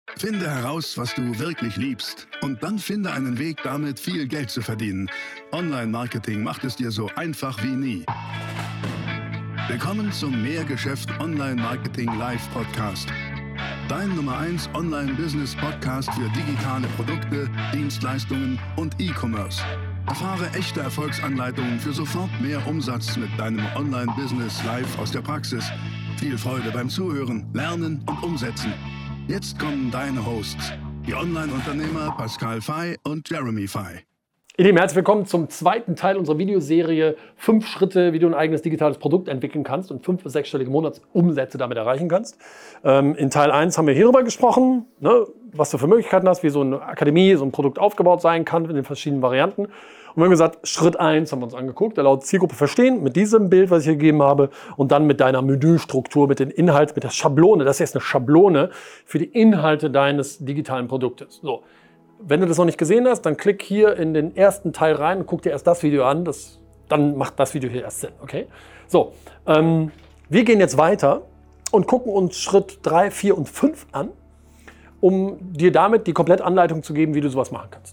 Finde heraus, was du wirklich liebst und dann finde einen Weg, damit viel Geld zu verdienen. Online-Marketing macht es dir so einfach wie nie. Willkommen zum Mehrgeschäft Online-Marketing Live Podcast. Dein Nummer 1 Online-Business-Podcast für digitale Produkte, Dienstleistungen und E-Commerce. Erfahre echte Erfolgsanleitungen für sofort mehr Umsatz mit deinem Online-Business live aus der Praxis. Viel Freude beim Zuhören, Lernen und Umsetzen. Jetzt kommen deine Hosts, die Online-Unternehmer Pascal Fay und Jeremy Fay. Ihr Lieben, herzlich willkommen zum zweiten Teil unserer Videoserie 5 Schritte, wie du ein eigenes digitales Produkt entwickeln kannst und 5- bis 6-stellige Monatsumsätze damit erreichen kannst. In Teil 1 haben wir hierüber gesprochen, was du für Möglichkeiten hast, wie so eine Akademie, so ein Produkt aufgebaut sein kann in den verschiedenen Varianten. Und wir haben gesagt, Schritt 1 haben wir uns angeguckt, der lautet Zielgruppe verstehen, mit diesem Bild, was ich hier gegeben habe, und dann mit deiner Menüstruktur, mit den Inhalten, mit der Schablone. Das ist jetzt eine Schablone für die Inhalte deines digitalen Produktes. So. Wenn du das noch nicht gesehen hast, dann klick hier in den ersten Teil rein und guck dir erst das Video an. Dann macht das Video hier erst Sinn. Okay? So, wir gehen jetzt weiter und gucken uns Schritt 3, 4 und 5 an, um dir damit die komplette Anleitung zu geben, wie du sowas machen kannst.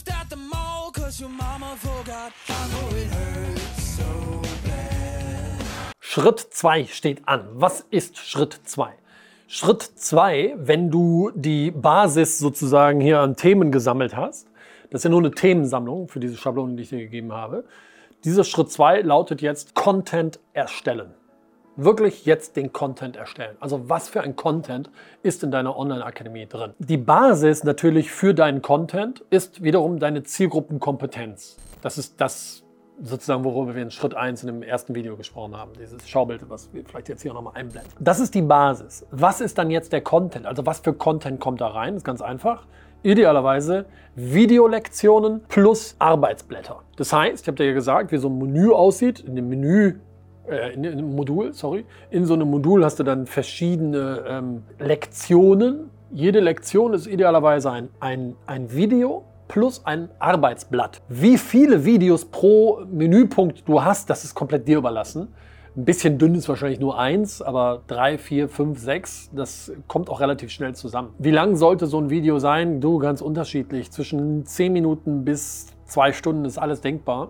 Schritt 2 steht an. Was ist Schritt 2? Schritt 2, wenn du die Basis sozusagen hier an Themen gesammelt hast, das ist ja nur eine Themensammlung für diese Schablonen, die ich dir gegeben habe. Dieser Schritt 2 lautet jetzt Content erstellen. Wirklich jetzt den Content erstellen. Also was für ein Content ist in deiner Online-Akademie drin? Die Basis natürlich für deinen Content ist wiederum deine Zielgruppenkompetenz. Das ist das sozusagen, worüber wir in Schritt 1 in dem ersten Video gesprochen haben. Dieses Schaubild, was wir vielleicht jetzt hier nochmal einblenden. Das ist die Basis. Was ist dann jetzt der Content? Also was für Content kommt da rein? Das ist ganz einfach. Idealerweise Videolektionen plus Arbeitsblätter. Das heißt, ich habe dir ja gesagt, wie so ein Menü aussieht. In dem Menü, in einem Modul, In so einem Modul hast du dann verschiedene Lektionen. Jede Lektion ist idealerweise ein Video plus ein Arbeitsblatt. Wie viele Videos pro Menüpunkt du hast, das ist komplett dir überlassen. Ein bisschen dünn ist wahrscheinlich nur 1, aber 3, 4, 5, 6, das kommt auch relativ schnell zusammen. Wie lang sollte so ein Video sein? Du, ganz unterschiedlich. Zwischen 10 Minuten bis 2 Stunden ist alles denkbar.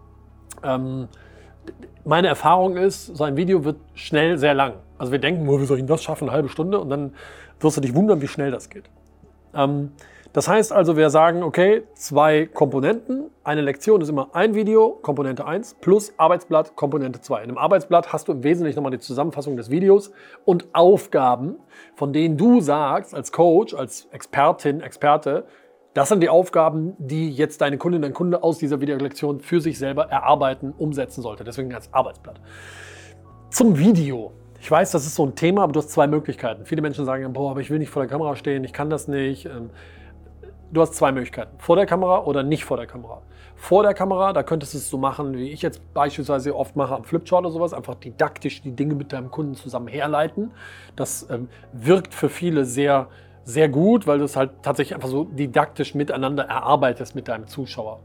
Meine Erfahrung ist, so ein Video wird schnell sehr lang. Also wir denken, wie soll ich das schaffen, eine halbe Stunde? Und dann wirst du dich wundern, wie schnell das geht. Das heißt also, wir sagen, okay, 2 Komponenten. Eine Lektion ist immer ein Video, Komponente 1, plus Arbeitsblatt, Komponente 2. In einem Arbeitsblatt hast du im Wesentlichen nochmal die Zusammenfassung des Videos und Aufgaben, von denen du sagst, als Coach, als Expertin, Experte, das sind die Aufgaben, die jetzt deine Kundin, dein Kunde aus dieser Videolektion für sich selber erarbeiten, umsetzen sollte. Deswegen als Arbeitsblatt. Zum Video. Ich weiß, das ist so ein Thema, aber du hast 2 Möglichkeiten. Viele Menschen sagen, boah, aber ich will nicht vor der Kamera stehen, ich kann das nicht. Du hast 2 Möglichkeiten, vor der Kamera oder nicht vor der Kamera. Vor der Kamera, da könntest du es so machen, wie ich jetzt beispielsweise oft mache am Flipchart oder sowas, einfach didaktisch die Dinge mit deinem Kunden zusammen herleiten. Das wirkt für viele sehr, sehr gut, weil du es halt tatsächlich einfach so didaktisch miteinander erarbeitest mit deinem Zuschauer.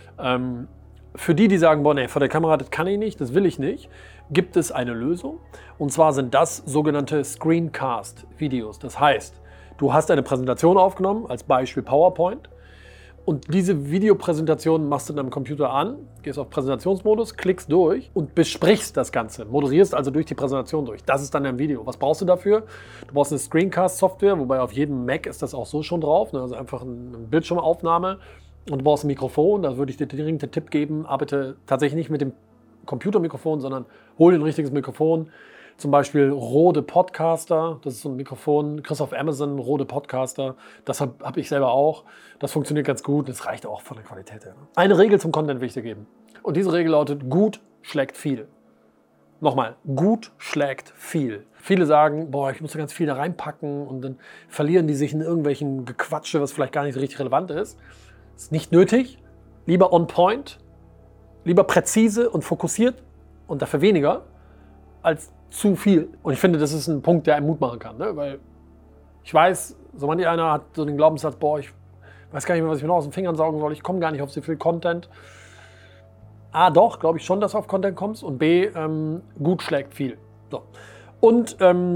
Für die sagen, boah, nee, vor der Kamera, das kann ich nicht, das will ich nicht, gibt es eine Lösung. Und zwar sind das sogenannte Screencast-Videos. Das heißt, du hast eine Präsentation aufgenommen, als Beispiel PowerPoint. Und diese Videopräsentation machst du in deinem Computer an, gehst auf Präsentationsmodus, klickst durch und besprichst das Ganze. Moderierst also durch die Präsentation durch. Das ist dann dein Video. Was brauchst du dafür? Du brauchst eine Screencast-Software, wobei auf jedem Mac ist das auch so schon drauf. Also einfach eine Bildschirmaufnahme. Und du brauchst ein Mikrofon. Da würde ich dir dringend den Tipp geben, arbeite tatsächlich nicht mit dem Computermikrofon, sondern hol dir ein richtiges Mikrofon. Zum Beispiel Rode Podcaster, das ist so ein Mikrofon, kriegst auf Amazon, Rode Podcaster, das habe ich selber auch. Das funktioniert ganz gut, das reicht auch von der Qualität her. Eine Regel zum Content will ich dir geben. Und diese Regel lautet, gut schlägt viel. Nochmal, gut schlägt viel. Viele sagen, boah, ich muss da ganz viel da reinpacken und dann verlieren die sich in irgendwelchen Gequatsche, was vielleicht gar nicht so richtig relevant ist. Ist nicht nötig, lieber on point, lieber präzise und fokussiert und dafür weniger als zu viel. Und ich finde, das ist ein Punkt, der einem Mut machen kann. Ne? Weil ich weiß, so manch einer hat so den Glaubenssatz, boah, ich weiß gar nicht mehr, was ich mir noch aus den Fingern saugen soll. Ich komme gar nicht auf so viel Content. A, doch, glaube ich schon, dass du auf Content kommst. Und B, gut schlägt viel. So. Und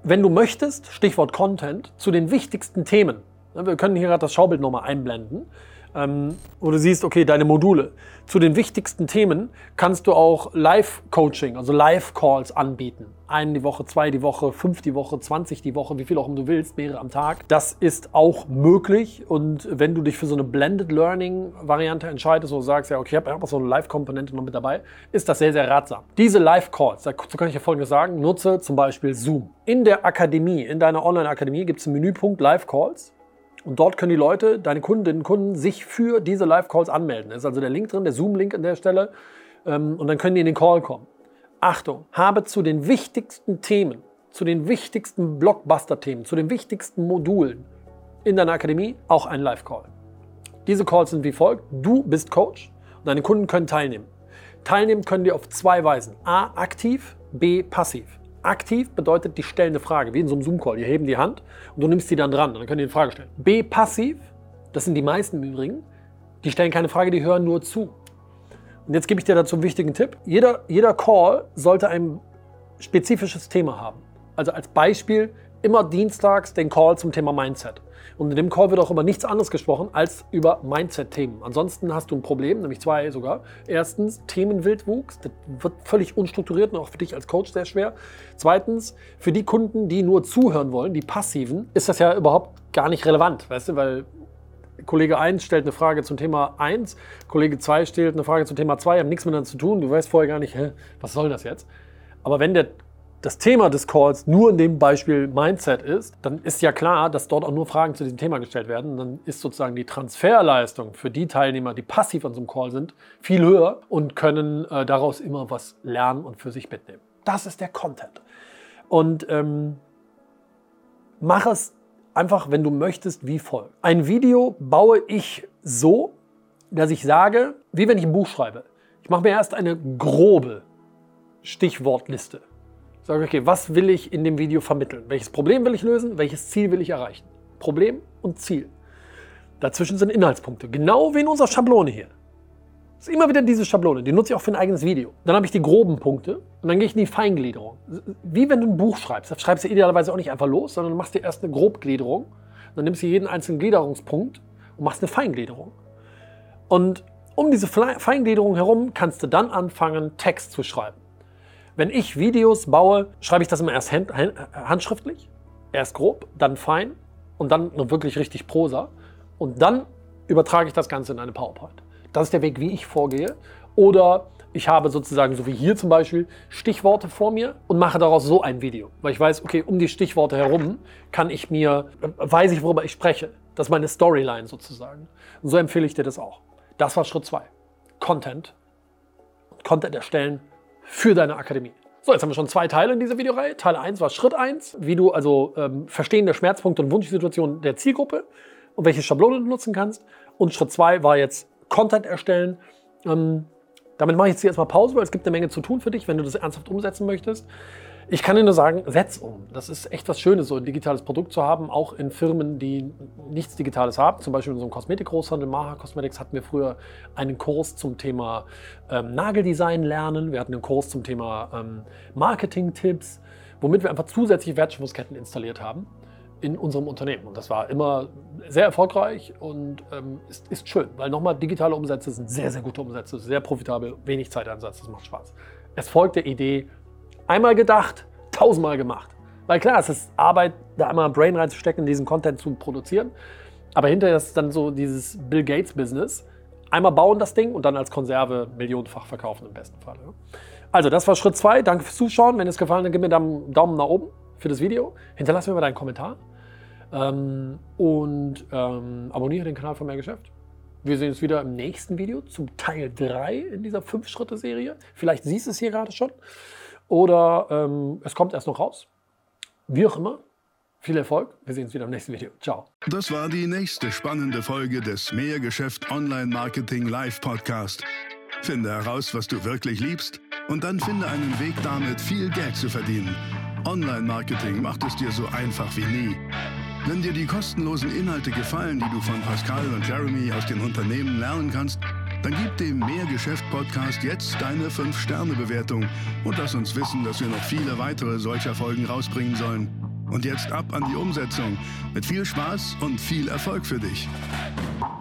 wenn du möchtest, Stichwort Content, zu den wichtigsten Themen, wir können hier gerade das Schaubild nochmal einblenden, wo du siehst, okay, deine Module. Zu den wichtigsten Themen kannst du auch Live-Coaching, also Live-Calls anbieten. 1 die Woche, 2 die Woche, 5 die Woche, 20 die Woche, wie viel auch immer du willst, mehrere am Tag. Das ist auch möglich. Und wenn du dich für so eine Blended Learning-Variante entscheidest, wo du sagst, ja, okay, ich habe einfach so eine Live-Komponente noch mit dabei, ist das sehr, sehr ratsam. Diese Live-Calls, dazu kann ich dir Folgendes sagen, nutze zum Beispiel Zoom. In der Akademie, in deiner Online-Akademie gibt es einen Menüpunkt Live-Calls. Und dort können die Leute, deine Kundinnen und Kunden, sich für diese Live-Calls anmelden. Da ist also der Link drin, der Zoom-Link an der Stelle. Und dann können die in den Call kommen. Achtung, habe zu den wichtigsten Themen, zu den wichtigsten Blockbuster-Themen, zu den wichtigsten Modulen in deiner Akademie auch einen Live-Call. Diese Calls sind wie folgt. Du bist Coach und deine Kunden können teilnehmen. Teilnehmen können die auf 2 Weisen. A, aktiv, B, passiv. Aktiv bedeutet, die stellen eine Frage, wie in so einem Zoom-Call. Die heben die Hand und du nimmst die dann dran und dann können die eine Frage stellen. B, passiv, das sind die meisten im Übrigen, die stellen keine Frage, die hören nur zu. Und jetzt gebe ich dir dazu einen wichtigen Tipp. Jeder Call sollte ein spezifisches Thema haben. Also als Beispiel immer dienstags den Call zum Thema Mindset. Und in dem Call wird auch über nichts anderes gesprochen als über Mindset-Themen. Ansonsten hast du ein Problem, nämlich 2 sogar. Erstens, Themenwildwuchs. Das wird völlig unstrukturiert und auch für dich als Coach sehr schwer. Zweitens, für die Kunden, die nur zuhören wollen, die Passiven, ist das ja überhaupt gar nicht relevant. Weißt du, weil Kollege 1 stellt eine Frage zum Thema 1, Kollege 2 stellt eine Frage zum Thema 2, haben nichts miteinander zu tun. Du weißt vorher gar nicht, was soll das jetzt? Aber wenn das Thema des Calls nur in dem Beispiel Mindset ist, dann ist ja klar, dass dort auch nur Fragen zu diesem Thema gestellt werden. Und dann ist sozusagen die Transferleistung für die Teilnehmer, die passiv an so einem Call sind, viel höher und können daraus immer was lernen und für sich mitnehmen. Das ist der Content. Und mach es einfach, wenn du möchtest, wie folgt. Ein Video baue ich so, dass ich sage, wie wenn ich ein Buch schreibe. Ich mache mir erst eine grobe Stichwortliste. Ich sage, okay, was will ich in dem Video vermitteln? Welches Problem will ich lösen? Welches Ziel will ich erreichen? Problem und Ziel. Dazwischen sind Inhaltspunkte. Genau wie in unserer Schablone hier. Das ist immer wieder diese Schablone. Die nutze ich auch für ein eigenes Video. Dann habe ich die groben Punkte und dann gehe ich in die Feingliederung. Wie wenn du ein Buch schreibst. Das schreibst du idealerweise auch nicht einfach los, sondern du machst dir erst eine Grobgliederung. Dann nimmst du jeden einzelnen Gliederungspunkt und machst eine Feingliederung. Und um diese Feingliederung herum kannst du dann anfangen, Text zu schreiben. Wenn ich Videos baue, schreibe ich das immer erst handschriftlich, erst grob, dann fein und dann wirklich richtig Prosa. Und dann übertrage ich das Ganze in eine PowerPoint. Das ist der Weg, wie ich vorgehe. Oder ich habe sozusagen, so wie hier zum Beispiel, Stichworte vor mir und mache daraus so ein Video. Weil ich weiß, okay, um die Stichworte herum weiß ich, worüber ich spreche. Das ist meine Storyline sozusagen. Und so empfehle ich dir das auch. Das war Schritt 2. Content erstellen für deine Akademie. So, jetzt haben wir schon 2 Teile in dieser Videoreihe. Teil 1 war Schritt 1, wie du also Verstehen der Schmerzpunkte und Wunschsituationen der Zielgruppe und welche Schablone du nutzen kannst. Und Schritt 2 war jetzt Content erstellen. Damit mache ich jetzt hier erstmal Pause, weil es gibt eine Menge zu tun für dich, wenn du das ernsthaft umsetzen möchtest. Ich kann dir nur sagen, setz um. Das ist echt was Schönes, so ein digitales Produkt zu haben, auch in Firmen, die nichts Digitales haben. Zum Beispiel in so einem Kosmetikgroßhandel, Maha Cosmetics, hatten wir früher einen Kurs zum Thema Nageldesign lernen. Wir hatten einen Kurs zum Thema Marketing-Tipps, womit wir einfach zusätzliche Wertschöpfungsketten installiert haben in unserem Unternehmen. Und das war immer sehr erfolgreich und ist schön, weil nochmal digitale Umsätze sind sehr, sehr gute Umsätze, sehr profitabel, wenig Zeiteinsatz, das macht Spaß. Es folgt der Idee, einmal gedacht, 1000-mal gemacht. Weil klar, es ist Arbeit, da einmal Brain reinzustecken, diesen Content zu produzieren. Aber hinterher ist es dann so dieses Bill Gates-Business. Einmal bauen das Ding und dann als Konserve millionenfach verkaufen im besten Fall. Also das war Schritt 2. Danke fürs Zuschauen. Wenn es gefallen hat, gib mir einen Daumen nach oben für das Video. Hinterlass mir mal deinen Kommentar. Abonniere den Kanal von Mehrgeschäft. Wir sehen uns wieder im nächsten Video zum Teil 3 in dieser 5-Schritte-Serie. Vielleicht siehst du es hier gerade schon. Oder es kommt erst noch raus. Wie auch immer. Viel Erfolg. Wir sehen uns wieder im nächsten Video. Ciao. Das war die nächste spannende Folge des Mehrgeschäft Online Marketing Live Podcast. Finde heraus, was du wirklich liebst und dann finde einen Weg damit, viel Geld zu verdienen. Online-Marketing macht es dir so einfach wie nie. Wenn dir die kostenlosen Inhalte gefallen, die du von Pascal und Jeremy aus den Unternehmen lernen kannst, dann gib dem Mehrgeschäft-Podcast jetzt deine 5-Sterne-Bewertung und lass uns wissen, dass wir noch viele weitere solcher Folgen rausbringen sollen. Und jetzt ab an die Umsetzung. Mit viel Spaß und viel Erfolg für dich.